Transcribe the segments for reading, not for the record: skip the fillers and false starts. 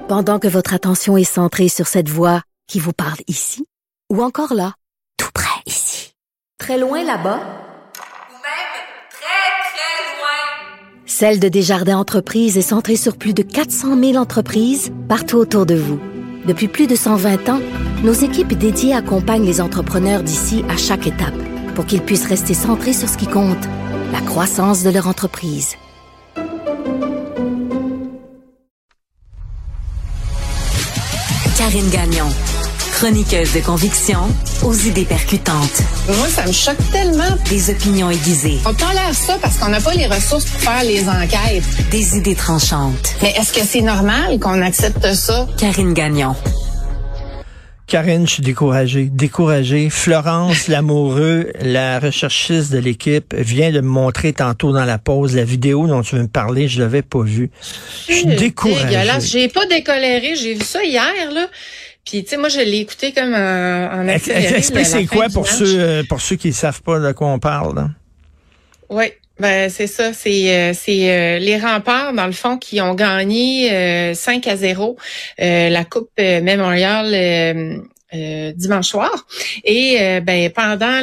Pendant que votre attention est centrée sur cette voix qui vous parle ici, ou encore là, tout près ici, très loin là-bas, ou même très, très loin. Celle de Desjardins Entreprises est centrée sur plus de 400 000 entreprises partout autour de vous. Depuis plus de 120 ans, nos équipes dédiées accompagnent les entrepreneurs d'ici à chaque étape pour qu'ils puissent rester centrés sur ce qui compte, la croissance de leur entreprise. Karine Gagnon, chroniqueuse de conviction aux idées percutantes. Moi, ça me choque tellement. Des opinions aiguisées. On tolère ça parce qu'on n'a pas les ressources pour faire les enquêtes. Des idées tranchantes. Mais est-ce que c'est normal qu'on accepte ça? Karine Gagnon. Karine, je suis découragée. Florence Lamoureux, la recherchiste de l'équipe, vient de me montrer tantôt dans la pause la vidéo dont tu veux me parler. Je l'avais pas vue. Je suis découragée. Dégueulasse. J'ai pas décoléré. J'ai vu ça hier, là. Puis, tu sais, moi, je l'ai écouté comme en accéléré. Explique c'est quoi pour ceux qui savent pas de quoi on parle, là. Oui. Ben c'est ça, c'est les Remparts dans le fond qui ont gagné 5-0 la Coupe Memorial dimanche soir. Et ben pendant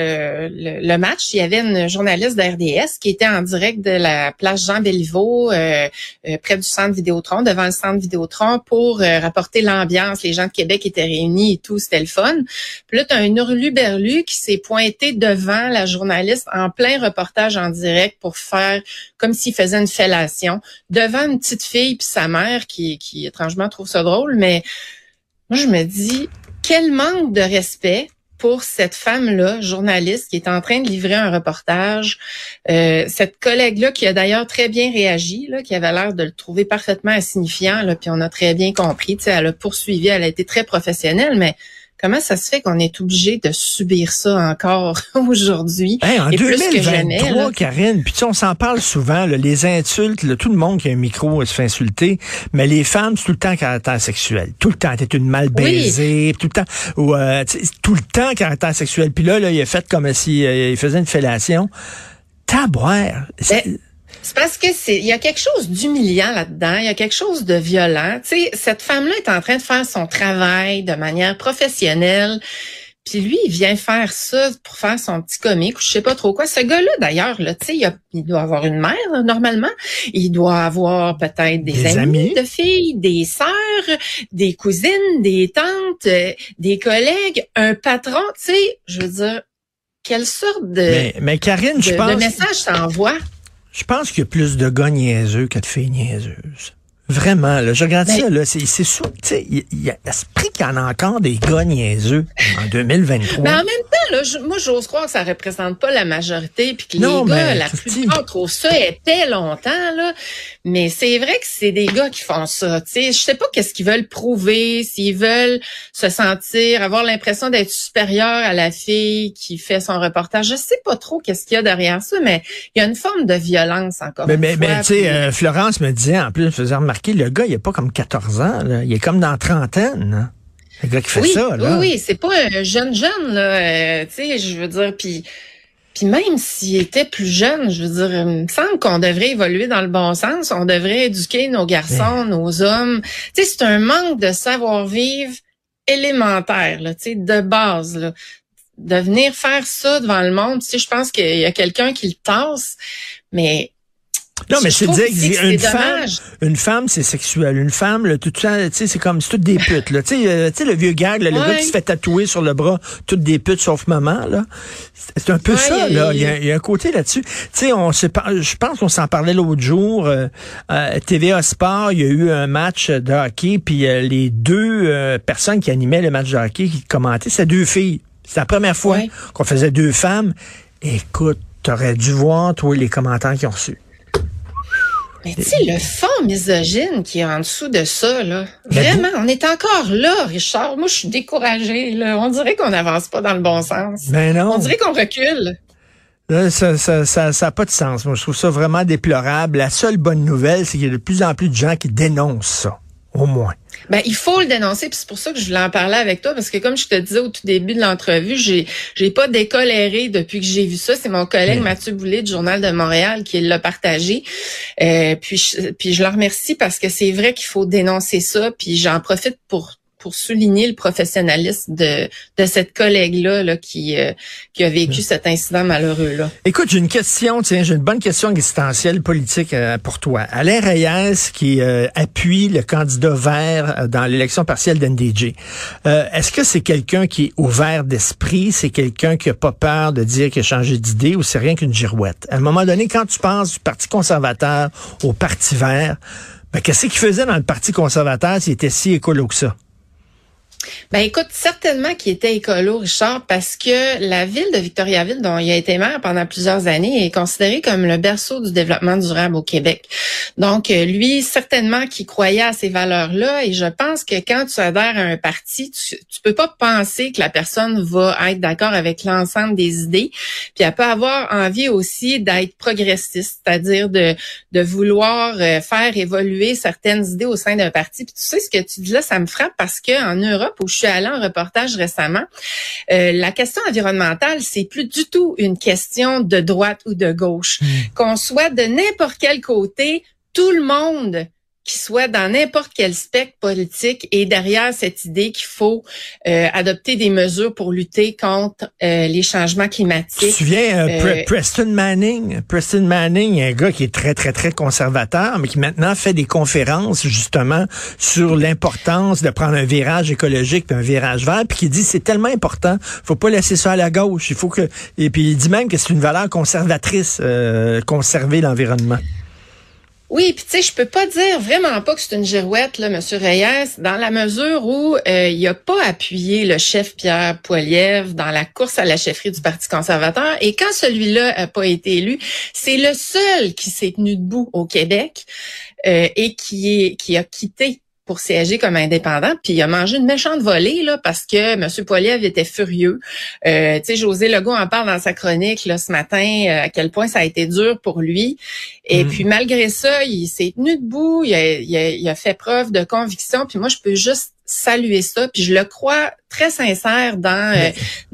le match, il y avait une journaliste de RDS qui était en direct de la place Jean Béliveau près du centre Vidéotron, devant le centre Vidéotron pour rapporter l'ambiance. Les gens de Québec étaient réunis et tout, c'était le fun. Puis là, tu as un hurluberlu qui s'est pointé devant la journaliste en plein reportage en direct pour faire comme s'il faisait une fellation devant une petite fille puis sa mère qui étrangement trouve ça drôle. Mais moi, je me dis, quel manque de respect pour cette femme-là, journaliste, qui est en train de livrer un reportage. Cette collègue-là qui a d'ailleurs très bien réagi, là, qui avait l'air de le trouver parfaitement insignifiant, là, puis on a très bien compris. Elle a poursuivi, elle a été très professionnelle, mais comment ça se fait qu'on est obligé de subir ça encore aujourd'hui? En et 2023, plus que jamais, là. Karine, puis on s'en parle souvent, là, les insultes, là, tout le monde qui a un micro se fait insulter, mais les femmes, c'est tout le temps caractère sexuel. Tout le temps, t'es une mal baisée, tout le temps, ou tout le temps caractère sexuel. Puis là, il a fait comme si il faisait une fellation. Taboire. C'est parce que il y a quelque chose d'humiliant là-dedans, il y a quelque chose de violent. Tu sais, cette femme-là est en train de faire son travail de manière professionnelle. Puis lui, il vient faire ça pour faire son petit comique ou je sais pas trop quoi. Ce gars-là, d'ailleurs, là, tu sais, il doit avoir une mère, là, normalement. Il doit avoir peut-être des amis de filles, des sœurs, des cousines, des tantes, des collègues, un patron. Tu sais, je veux dire, quelle sorte mais Karine, je pense... de message ça envoie? Je pense qu'il y a plus de gars niaiseux que de filles niaiseuses. Vraiment, là, je regarde ça, là, c'est sûr, tu sais, il y a l'esprit qu'il y en a encore des gars niaiseux en 2023. Mais en même temps, là, moi, j'ose croire que ça représente pas la majorité, puis que les gars, la plupart trouvent ça épais longtemps, là. Mais c'est vrai que c'est des gars qui font ça, tu sais. Je sais pas qu'est-ce qu'ils veulent prouver, s'ils veulent se sentir, avoir l'impression d'être supérieur à la fille qui fait son reportage. Je sais pas trop qu'est-ce qu'il y a derrière ça, mais il y a une forme de violence encore. Mais tu sais, Florence me disait, en plus, je faisais remarquer, le gars, il a pas comme 14 ans, là. Il est comme dans la trentaine, là. Le gars qui fait ça, là. Oui, c'est pas un jeune, là. Tu sais, je veux dire, puis même s'il était plus jeune, je veux dire, il me semble qu'on devrait évoluer dans le bon sens. On devrait éduquer nos garçons, nos hommes. Tu sais, c'est un manque de savoir-vivre élémentaire, là, tu sais, de base, là. De venir faire ça devant le monde, tu sais, je pense qu'il y a quelqu'un qui le tasse, mais... Non, mais c'est dire une femme, c'est sexuel. Une femme, là, tout ça, tu sais, c'est toutes des putes, là. Tu sais, le vieux gag, là, le gars qui se fait tatouer sur le bras, toutes des putes sauf maman, là. C'est un peu ça, là. Il y a un côté là-dessus. Tu sais, je pense qu'on s'en parlait l'autre jour. TVA Sport, il y a eu un match de hockey, puis les deux personnes qui animaient le match de hockey, qui commentaient, c'était deux filles. C'est la première fois qu'on faisait deux femmes. Écoute, t'aurais dû voir, toi, les commentaires qu'ils ont reçus. Mais tu sais, le fond misogyne qui est en dessous de ça, là. Vraiment, on est encore là, Richard. Moi, je suis découragée, là. On dirait qu'on n'avance pas dans le bon sens. Ben non. On dirait qu'on recule. Là, ça a pas de sens. Moi, je trouve ça vraiment déplorable. La seule bonne nouvelle, c'est qu'il y a de plus en plus de gens qui dénoncent ça au moins. Ben, il faut le dénoncer, puis c'est pour ça que je voulais en parler avec toi, parce que comme je te disais au tout début de l'entrevue, j'ai pas décoléré depuis que j'ai vu ça. C'est mon collègue Mathieu Boulay du Journal de Montréal qui l'a partagé. Puis je le remercie parce que c'est vrai qu'il faut dénoncer ça, puis j'en profite pour souligner le professionnalisme de cette collègue-là qui a vécu cet incident malheureux-là. Écoute, j'ai une bonne question existentielle politique pour toi. Alain Reyes qui appuie le candidat vert dans l'élection partielle d'NDJ. Est-ce que c'est quelqu'un qui est ouvert d'esprit? C'est quelqu'un qui a pas peur de dire qu'il a changé d'idée ou c'est rien qu'une girouette? À un moment donné, quand tu passes du Parti conservateur au Parti vert, ben, qu'est-ce qu'il faisait dans le Parti conservateur s'il était si écolo que ça? Ben écoute, certainement qu'il était écolo, Richard, parce que la ville de Victoriaville, dont il a été maire pendant plusieurs années, est considérée comme le berceau du développement durable au Québec. Donc, lui, certainement qu'il croyait à ces valeurs-là, et je pense que quand tu adhères à un parti, tu peux pas penser que la personne va être d'accord avec l'ensemble des idées, puis elle peut avoir envie aussi d'être progressiste, c'est-à-dire de vouloir faire évoluer certaines idées au sein d'un parti. Puis tu sais, ce que tu dis là, ça me frappe parce que en Europe, où je suis allée en reportage récemment, la question environnementale, c'est plus du tout une question de droite ou de gauche. Qu'on soit de n'importe quel côté, tout le monde qui soit dans n'importe quel spectre politique est derrière cette idée qu'il faut adopter des mesures pour lutter contre les changements climatiques. Tu te souviens, Preston Manning, un gars qui est très, très, très conservateur, mais qui maintenant fait des conférences justement sur l'importance de prendre un virage écologique puis un virage vert, puis qui dit c'est tellement important, faut pas laisser ça à la gauche, il faut que... Et puis il dit même que c'est une valeur conservatrice, conserver l'environnement. Oui, puis tu sais, je peux pas dire vraiment pas que c'est une girouette, là, M. Reyes, dans la mesure où il a pas appuyé le chef Pierre Poilievre dans la course à la chefferie du Parti conservateur. Et quand celui-là a pas été élu, c'est le seul qui s'est tenu debout au Québec et qui a quitté pour siéger comme indépendant, puis il a mangé une méchante volée là parce que M. Poilievre était furieux. Tu sais, José Legault en parle dans sa chronique là ce matin à quel point ça a été dur pour lui. Et puis malgré ça, il s'est tenu debout, il a fait preuve de conviction. Puis moi, je peux juste saluer ça. Puis je le crois très sincère dans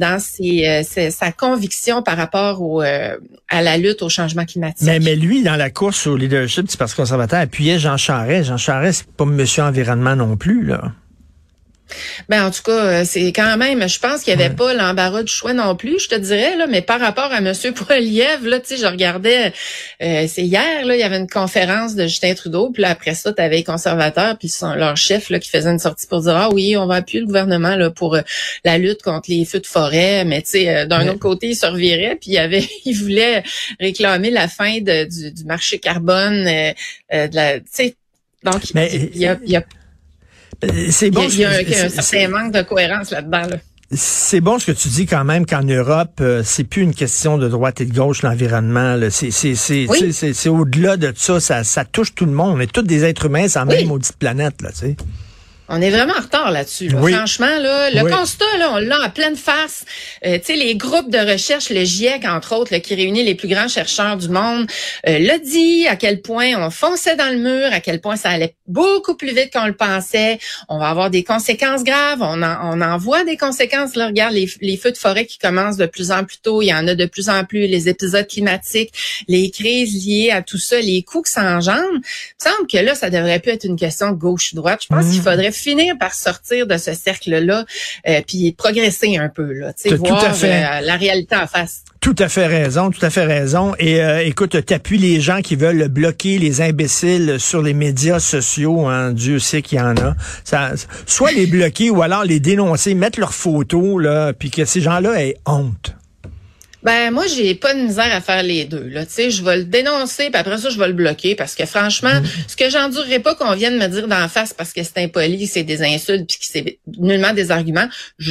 sa conviction par rapport à la lutte au changement climatique. Mais lui, dans la course au leadership du Parti conservateur, appuyait Jean Charest. Jean Charest, c'est pas monsieur environnement non plus, là. Ben en tout cas, c'est quand même, je pense qu'il n'y avait pas l'embarras du choix non plus, je te dirais là, mais par rapport à M. Poilievre, là, tu sais, je regardais, c'est hier là, il y avait une conférence de Justin Trudeau, puis là, après ça, tu avais les conservateurs, puis leur chef là qui faisait une sortie pour dire oui, on va appuyer le gouvernement là pour la lutte contre les feux de forêt, mais tu sais, d'un autre côté, il se revirait, puis il voulait réclamer la fin du marché carbone, tu sais, donc il y a c'est bon. Il y a un certain manque de cohérence là-dedans. Là. C'est bon ce que tu dis quand même qu'en Europe, c'est plus une question de droite et de gauche, l'environnement. Là. C'est au-delà de ça, ça touche tout le monde. On est tous des êtres humains sur la même maudite planète, là, tu sais. On est vraiment en retard là-dessus. Là. Oui. Franchement, là, le constat, là, on l'a en pleine face. Tu sais, les groupes de recherche, le GIEC, entre autres, là, qui réunit les plus grands chercheurs du monde, l'a dit à quel point on fonçait dans le mur, à quel point ça allait beaucoup plus vite qu'on le pensait. On va avoir des conséquences graves. On en voit des conséquences. Là, regarde les feux de forêt qui commencent de plus en plus tôt. Il y en a de plus en plus. Les épisodes climatiques, les crises liées à tout ça, les coûts que ça engendre. Il me semble que là, ça devrait plus être une question de gauche-droite. Je pense qu'il faudrait finir par sortir de ce cercle-là, puis progresser un peu, là, tu sais, voir la réalité en face. Tout à fait raison. Et écoute, t'appuies les gens qui veulent bloquer les imbéciles sur les médias sociaux, hein, Dieu sait qu'il y en a. Soit les bloquer ou alors les dénoncer, mettre leurs photos, là, puis que ces gens-là aient honte. Ben moi j'ai pas de misère à faire les deux là, tu sais, je vais le dénoncer puis après ça je vais le bloquer parce que franchement, ce que j'endurerais pas qu'on vienne me dire d'en face parce que c'est impoli, c'est des insultes puis que c'est nullement des arguments,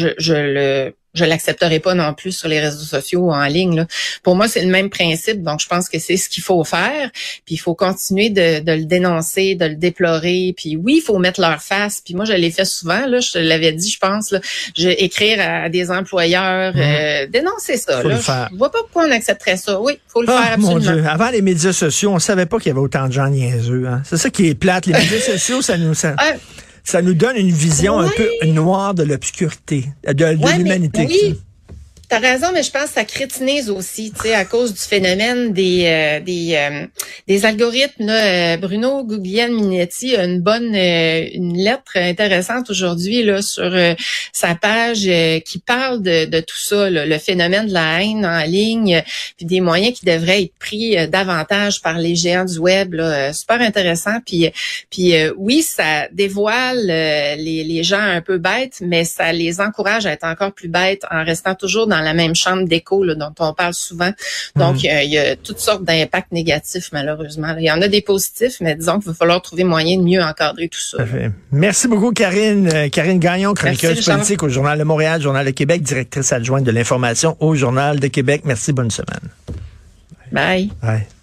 je l'accepterai pas non plus sur les réseaux sociaux ou en ligne. Là. Pour moi, c'est le même principe, donc je pense que c'est ce qu'il faut faire. Puis il faut continuer de le dénoncer, de le déplorer. Puis oui, il faut mettre leur face. Puis moi, je l'ai fait souvent. Là, je te l'avais dit, je pense. Là, écrire à des employeurs, dénoncer ça. Là. Je vois pas pourquoi on accepterait ça. Oui, faut le faire absolument. Mon Dieu. Avant les médias sociaux, on savait pas qu'il y avait autant de gens niaiseux. Hein. C'est ça qui est plate. Les médias sociaux, ça nous... Ça nous donne une vision un peu noire de l'obscurité, de l'humanité. Oui. T'as raison, mais je pense que ça crétinise aussi, tu sais, à cause du phénomène des algorithmes. Là, Bruno Guglielminetti a une lettre intéressante aujourd'hui là sur sa page qui parle de tout ça, là, le phénomène de la haine en ligne, puis des moyens qui devraient être pris davantage par les géants du web. Là, super intéressant. Puis oui, ça dévoile les gens un peu bêtes, mais ça les encourage à être encore plus bêtes en restant toujours dans la même chambre d'écho là, dont on parle souvent. Donc, il y a toutes sortes d'impacts négatifs, malheureusement. Il y en a des positifs, mais disons qu'il va falloir trouver moyen de mieux encadrer tout ça. Merci beaucoup, Karine. Karine Gagnon, chroniqueuse politique au Journal de Montréal, Journal de Québec, directrice adjointe de l'information au Journal de Québec. Merci, bonne semaine. Bye. Bye.